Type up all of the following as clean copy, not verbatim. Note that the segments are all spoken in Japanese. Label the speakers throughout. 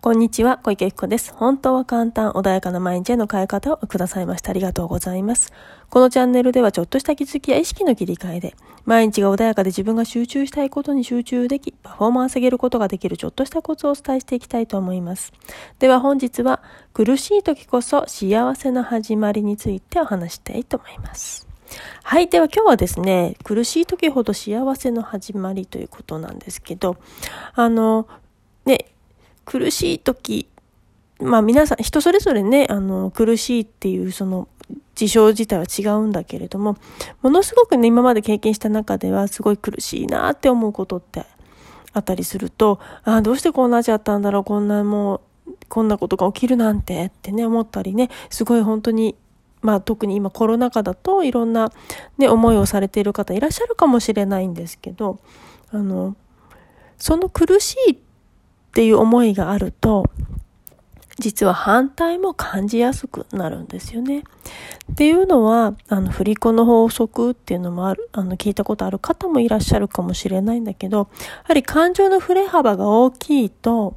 Speaker 1: こんにちは、小池由紀子です。本当は簡単、穏やかな毎日への変え方をくださいました。ありがとうございます。このチャンネルではちょっとした気づきや意識の切り替えで、毎日が穏やかで自分が集中したいことに集中でき、パフォーマンス上げることができるちょっとしたコツをお伝えしていきたいと思います。では本日は、苦しい時こそ幸せの始まりについてお話したいと思います。はい。では今日はですね、苦しい時ほど幸せの始まりということなんですけど、苦しい時、皆さん人それぞれね、苦しいっていうその事象自体は違うんだけれども、ものすごくね、今まで経験した中ではすごい苦しいなって思うことってあったりすると、どうしてこうなっちゃったんだろう、こんなことが起きるなんてってね、思ったりね、すごい本当に特に今コロナ禍だといろんなね、思いをされている方いらっしゃるかもしれないんですけど、その苦しいっていう思いがあると、実は反対も感じやすくなるんですよね。っていうのは、振り子の法則っていうのも聞いたことある方もいらっしゃるかもしれないんだけど、やはり感情の振れ幅が大きいと、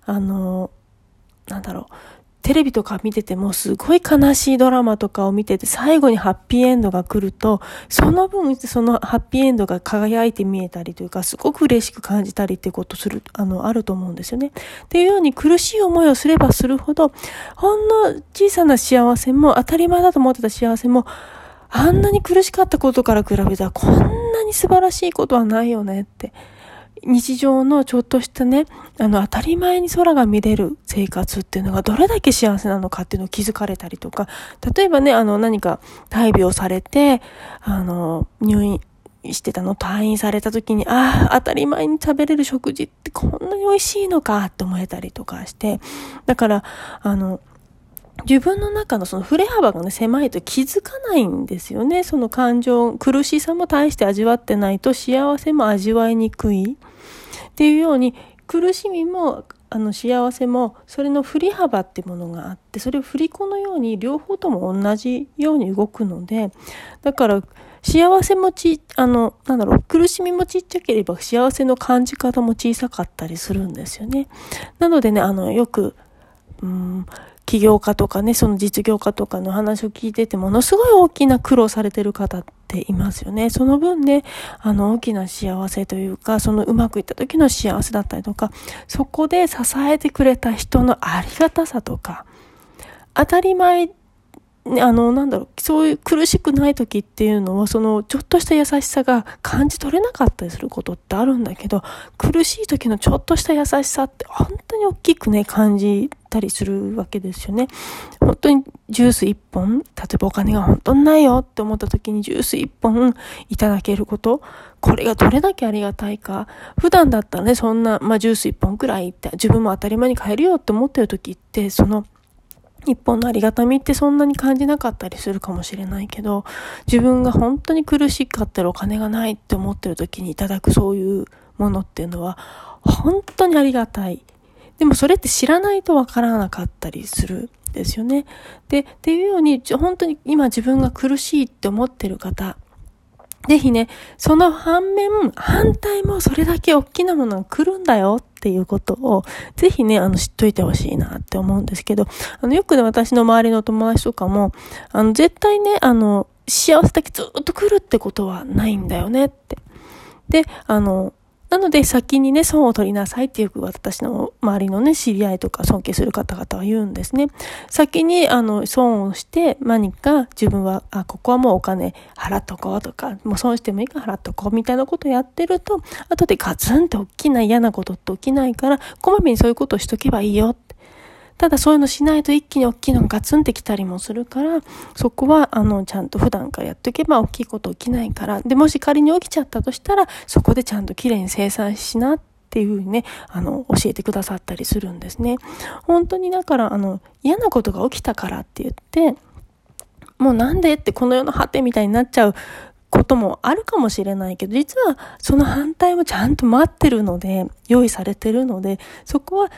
Speaker 1: テレビとか見ててもすごい悲しいドラマとかを見てて最後にハッピーエンドが来ると、その分そのハッピーエンドが輝いて見えたりというか、すごく嬉しく感じたりっていうことあると思うんですよね。っていうように苦しい思いをすればするほど、ほんの小さな幸せも当たり前だと思ってた幸せも、あんなに苦しかったことから比べたらこんなに素晴らしいことはないよねって。日常のちょっとしたね、当たり前に空が見れる生活っていうのがどれだけ幸せなのかっていうのを気づかれたりとか、例えばね、何か大病されて、入院してたの、退院された時に、当たり前に食べれる食事ってこんなに美味しいのかって思えたりとかして、だから、自分の中のその振れ幅がね、狭いと気づかないんですよね。その感情、苦しさも大して味わってないと幸せも味わいにくい。っていうように、苦しみも、幸せも、それの振り幅ってものがあって、それを振り子のように両方とも同じように動くので、だから、幸せも苦しみもちっちゃければ幸せの感じ方も小さかったりするんですよね。なのでね、よく、起業家とかね、その実業家とかの話を聞いててものすごい大きな苦労されてる方っていますよね。その分ね、大きな幸せというか、そのうまくいった時の幸せだったりとか、そこで支えてくれた人のありがたさとか、当たり前、そういう苦しくない時っていうのは、そのちょっとした優しさが感じ取れなかったりすることってあるんだけど、苦しい時のちょっとした優しさって本当に大きくね、感じたりするわけですよね。本当にジュース1本、例えばお金が本当にないよって思った時にジュース1本いただけること、これがどれだけありがたいか。普段だったらね、そんな、ジュース1本くらいって自分も当たり前に買えるよって思ってる時って、その一本のありがたみってそんなに感じなかったりするかもしれないけど、自分が本当に苦しかったらお金がないって思ってる時にいただくそういうものっていうのは本当にありがたい。でもそれって知らないとわからなかったりするんですよね。で、っていうように本当に今自分が苦しいって思ってる方、ぜひね、その反対もそれだけ大きなものが来るんだよっていうことを、ぜひね、知っといてほしいなって思うんですけど、よくね、私の周りの友達とかも、絶対ね、幸せだけずっと来るってことはないんだよねって。で、なので先にね、損を取りなさいってよく私の周りのね、知り合いとか尊敬する方々は言うんですね。先に損をして何か自分は、ここはもうお金払っとこうとか、もう損してもいいから払っとこうみたいなことをやってると、後でガツンって大きな嫌なことって起きないから、こまめにそういうことをしとけばいいよって。ただそういうのしないと一気に大きいのがガツンってきたりもするから、そこはちゃんと普段からやっておけば大きいこと起きないから、でもし仮に起きちゃったとしたら、そこでちゃんときれいに清算しなっていうふうにね、教えてくださったりするんですね。本当にだから嫌なことが起きたからって言って、もうなんでってこの世の果てみたいになっちゃうこともあるかもしれないけど、実はその反対もちゃんと待ってるので、用意されてるので、そこは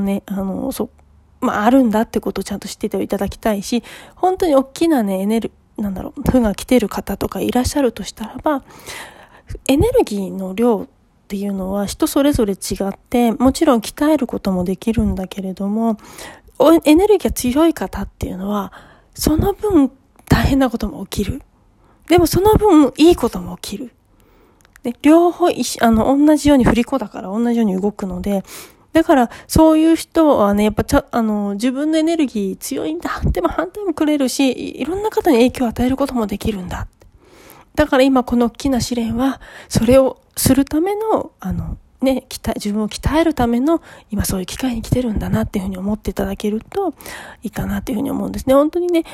Speaker 1: あるんだってことをちゃんと知ってていただきたいし、本当に大きなね、負が来てる方とかいらっしゃるとしたらば、エネルギーの量っていうのは人それぞれ違って、もちろん鍛えることもできるんだけれども、エネルギーが強い方っていうのは、その分大変なことも起きる。でもその分いいことも起きる。で、両方同じように振り子だから同じように動くので、だからそういう人はね、やっぱ自分のエネルギー強いんだ。でも反対もくれるし、いろんな方に影響を与えることもできるんだ。だから今この大きな試練は、それをするための、自分を鍛えるための、今そういう機会に来てるんだなっていうふうに思っていただけるといいかなっていうふうに思うんですね。本当にね、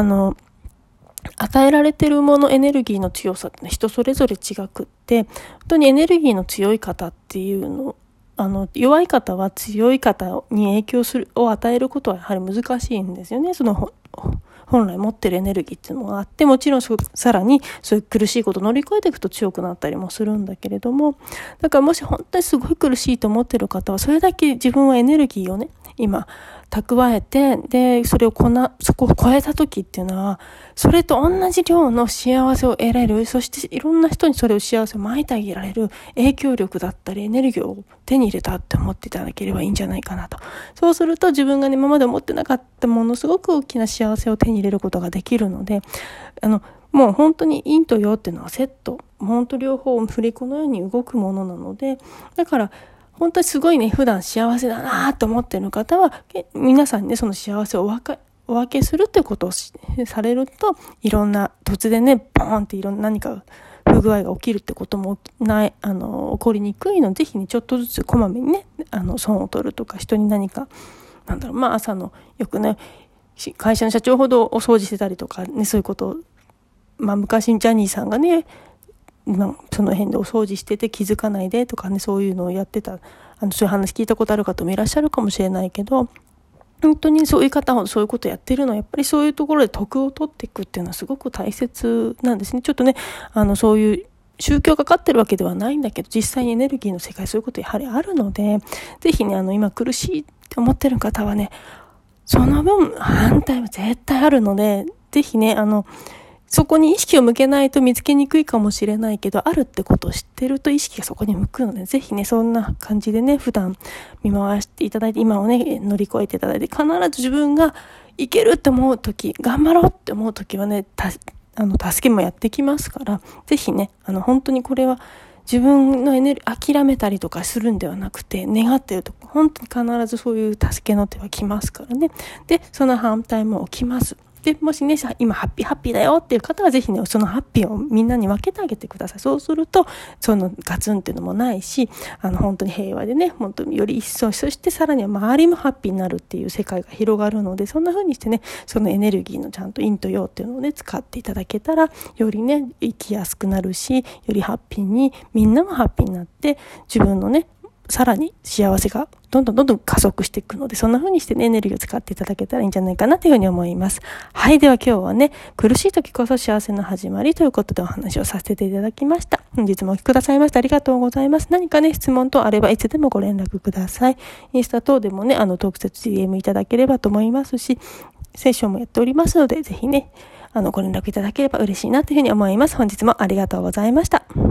Speaker 1: 与えられているもの、エネルギーの強さって人それぞれ違くって、本当にエネルギーの強い方っていうの、弱い方は強い方に影響を与えることはやはり難しいんですよね。本来持ってるエネルギーっていうのがあって、もちろんさらにそういう苦しいことを乗り越えていくと強くなったりもするんだけれども、だからもし本当にすごい苦しいと思ってる方は、それだけ自分はエネルギーをね、今蓄えて、でそこを超えた時っていうのは、それと同じ量の幸せを得られる、そしていろんな人にそれを幸せをまいてあげられる影響力だったりエネルギーを手に入れたって思っていただければいいんじゃないかなと。そうすると自分がね、今まで持ってなかったものすごく大きな幸せを手に入れることができるので、もう本当に陰と陽っていうのはセット、本当両方振り子のように動くものなので、だから本当にすごいね、普段幸せだなと思っている方は、皆さんにね、その幸せをお分けするってことをされると、いろんな、突然ね、ボーンっていろんな何か不具合が起きるってことも起こりにくいので、ぜひね、ちょっとずつこまめにね、損を取るとか、人に何か、朝の、よくね、会社の社長ほどお掃除してたりとかね、そういうことを、昔ジャニーさんがね、その辺でお掃除してて気づかないでとかね、そういうのをやってた、そういう話聞いたことある方もいらっしゃるかもしれないけど、本当にそういう方はそういうことをやってるのは、やっぱりそういうところで徳を取っていくっていうのはすごく大切なんですね。ちょっとね、そういう宗教がかってるわけではないんだけど、実際にエネルギーの世界、そういうことやはりあるので、ぜひね、今苦しいって思ってる方はね、その分反対は絶対あるので、ぜひね、そこに意識を向けないと見つけにくいかもしれないけど、あるってことを知ってると意識がそこに向くので、ぜひね、そんな感じでね、普段見回していただいて、今をね、乗り越えていただいて、必ず自分がいけるって思うとき、頑張ろうって思うときはね、助けもやってきますから、ぜひね、本当にこれは自分の諦めたりとかするんではなくて、願っていると、本当に必ずそういう助けの手は来ますからね。で、その反対も起きます。で、もしね、今ハッピーだよっていう方はぜひね、そのハッピーをみんなに分けてあげてください。そうすると、そのガツンっていうのもないし、本当に平和でね、本当により一層、そしてさらには周りもハッピーになるっていう世界が広がるので、そんな風にしてね、そのエネルギーのちゃんと陰と陽っていうのをね、使っていただけたら、よりね、生きやすくなるし、よりハッピーに、みんなもハッピーになって、自分のね、さらに幸せがどんどん加速していくので、そんな風にしてね、エネルギーを使っていただけたらいいんじゃないかなというふうに思います。はい。では今日はね、苦しい時こそ幸せの始まりということでお話をさせていただきました。本日もお聞きくださいましてありがとうございます。何かね、質問等あればいつでもご連絡ください。インスタ等でもね、特設 DM いただければと思いますし、セッションもやっておりますので、ぜひね、ご連絡いただければ嬉しいなというふうに思います。本日もありがとうございました。